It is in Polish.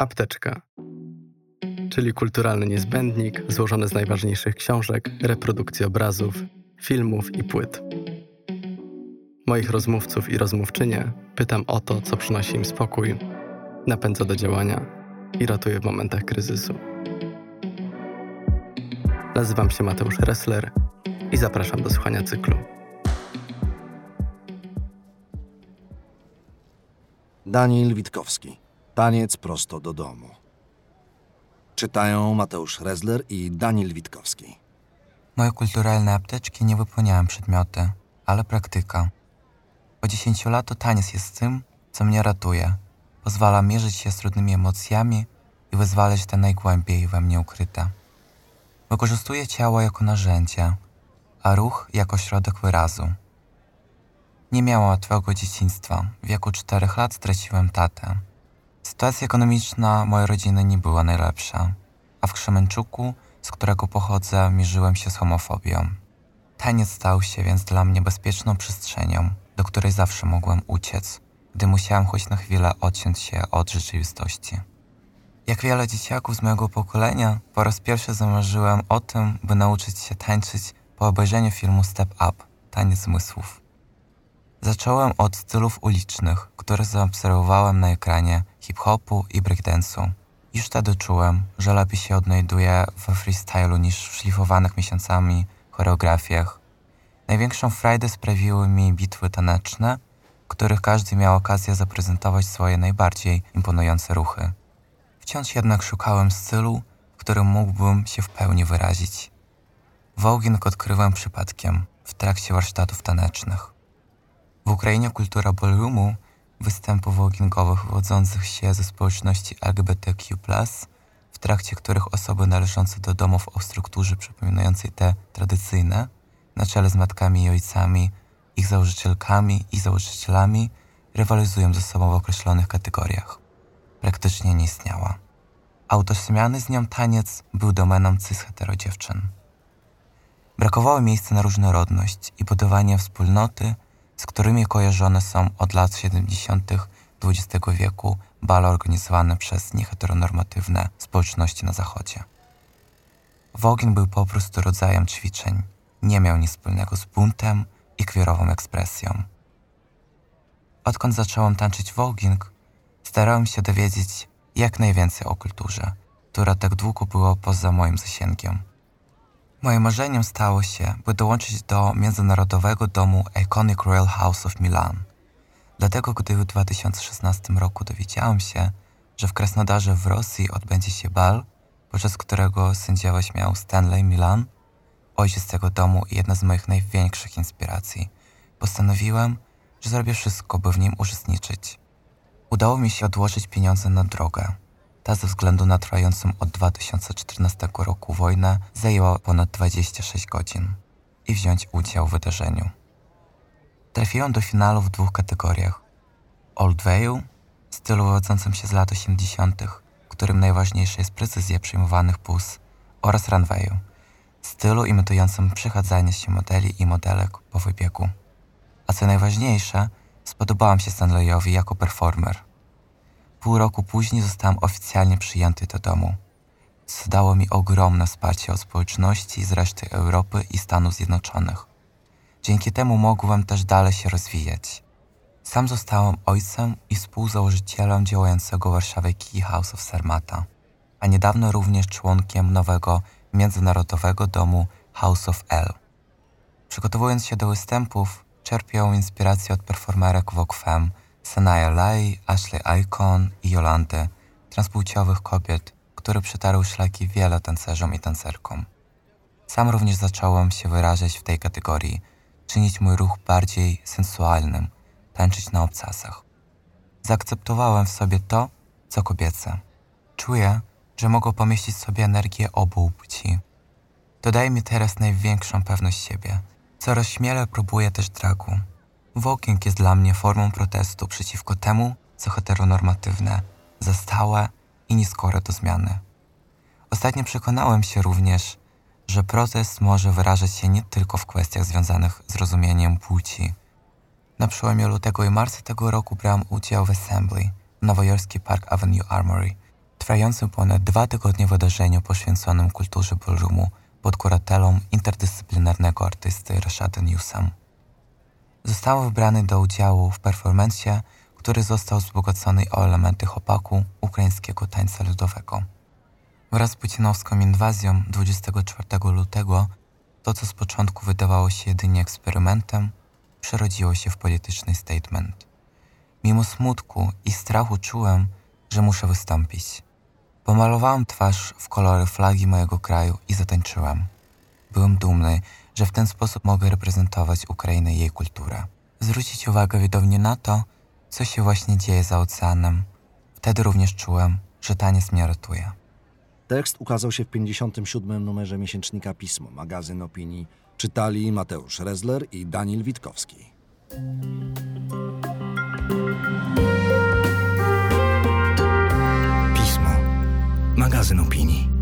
Apteczka, czyli kulturalny niezbędnik złożony z najważniejszych książek, reprodukcji obrazów, filmów i płyt. Moich rozmówców i rozmówczynie pytam o to, co przynosi im spokój, napędza do działania i ratuje w momentach kryzysu. Nazywam się Mateusz Ressler i zapraszam do słuchania cyklu. Daniel Witkowski. Taniec prosto do domu. Czytają Mateusz Ressler i Daniel Witkowski. Moje kulturalne apteczki nie wypełniają przedmioty, ale praktyka. Po 10 latach taniec jest tym, co mnie ratuje. Pozwala mierzyć się z trudnymi emocjami i wyzwalać te najgłębiej we mnie ukryte. Wykorzystuję ciało jako narzędzie, a ruch jako środek wyrazu. Nie miałam łatwego dzieciństwa. W wieku 4 lat straciłem tatę. Sytuacja ekonomiczna mojej rodziny nie była najlepsza, a w Kremenczuku, z którego pochodzę, mierzyłem się z homofobią. Taniec stał się więc dla mnie bezpieczną przestrzenią, do której zawsze mogłem uciec, gdy musiałem choć na chwilę odciąć się od rzeczywistości. Jak wiele dzieciaków z mojego pokolenia, po raz pierwszy zamarzyłem o tym, by nauczyć się tańczyć po obejrzeniu filmu Step Up – Taniec zmysłów. Zacząłem od stylów ulicznych, które zaobserwowałem na ekranie hip-hopu i breakdance'u. Już wtedy czułem, że lepiej się odnajduję we freestylu niż w szlifowanych miesiącami choreografiach. Największą frajdę sprawiły mi bitwy taneczne, w których każdy miał okazję zaprezentować swoje najbardziej imponujące ruchy. Wciąż jednak szukałem stylu, w którym mógłbym się w pełni wyrazić. Voguing odkryłem przypadkiem, w trakcie warsztatów tanecznych. W Ukrainie kultura ballroomu, występów voguingowych wywodzących się ze społeczności LGBTQ+, w trakcie których osoby należące do domów o strukturze przypominającej te tradycyjne, na czele z matkami i ojcami, ich założycielkami i założycielami, rywalizują ze sobą w określonych kategoriach. Praktycznie nie istniała. A utożsamiany z nią taniec był domeną cis-hetero dziewczyn. Brakowało miejsca na różnorodność i budowanie wspólnoty, z którymi kojarzone są od lat 70. XX wieku bale organizowane przez nieheteronormatywne społeczności na Zachodzie. Voguing był po prostu rodzajem ćwiczeń, nie miał nic wspólnego z buntem i queerową ekspresją. Odkąd zacząłem tańczyć voguing, starałem się dowiedzieć jak najwięcej o kulturze, która tak długo była poza moim zasięgiem. Moim marzeniem stało się, by dołączyć do Międzynarodowego Domu Iconic Royal House of Milan. Dlatego, gdy w 2016 roku dowiedziałem się, że w Krasnodarze w Rosji odbędzie się bal, podczas którego sędziować miał Stanley Milan, ojciec tego domu i jedna z moich największych inspiracji, postanowiłem, że zrobię wszystko, by w nim uczestniczyć. Udało mi się odłożyć pieniądze na drogę. Ta ze względu na trwającą od 2014 roku wojnę zajęła ponad 26 godzin i wziąć udział w wydarzeniu. Trafiłem do finału w 2 kategoriach. Old Veil, stylu wywodzącym się z lat 80., w którym najważniejsza jest precyzja przyjmowanych puz, oraz Runway, stylu imitującym przechadzanie się modeli i modelek po wybiegu. A co najważniejsze, spodobałam się Stanleyowi jako performer. Pół roku później zostałam oficjalnie przyjęty do domu, co dało mi ogromne wsparcie od społeczności z reszty Europy i Stanów Zjednoczonych. Dzięki temu mogłem też dalej się rozwijać. Sam zostałem ojcem i współzałożycielem działającego w Warszawie Key House of Sarmata, a niedawno również członkiem nowego międzynarodowego domu House of L. Przygotowując się do występów, czerpię inspirację od performerek Vogue Femme, Sanaya Lai, Ashley Icon i Jolanty, transpłciowych kobiet, które przetarły szlaki wiele tancerzom i tancerkom. Sam również zacząłem się wyrażać w tej kategorii, czynić mój ruch bardziej sensualnym, tańczyć na obcasach. Zaakceptowałem w sobie to, co kobiece. Czuję, że mogę pomieścić w sobie energię obu płci. To daje mi teraz największą pewność siebie. Coraz śmielej próbuję też dragu. Voguing jest dla mnie formą protestu przeciwko temu, co heteronormatywne, zastałe i nieskore do zmiany. Ostatnio przekonałem się również, że protest może wyrażać się nie tylko w kwestiach związanych z rozumieniem płci. Na przełomie lutego i marca tego roku brałem udział w Assembly, nowojorski Park Avenue Armory. trwającym ponad 2 tygodnie wydarzeniu poświęconym kulturze ballroomu pod kuratelą interdyscyplinarnego artysty Rashada Newsam. Został wybrany do udziału w performancie, który został wzbogacony o elementy hopaku ukraińskiego tańca ludowego. Wraz z putinowską inwazją 24 lutego to, co z początku wydawało się jedynie eksperymentem, przerodziło się w polityczny statement. Mimo smutku i strachu czułem, że muszę wystąpić. Pomalowałem twarz w kolory flagi mojego kraju i zatańczyłem. Byłem dumny, że w ten sposób mogę reprezentować Ukrainę i jej kulturę. Zwrócić uwagę widowni na to, co się właśnie dzieje za oceanem. Wtedy również czułem, że taniec mnie ratuje. Tekst ukazał się w 57. numerze miesięcznika Pismo, magazyn opinii. Czytali Mateusz Rezler i Daniel Witkowski. Pismo, magazyn opinii.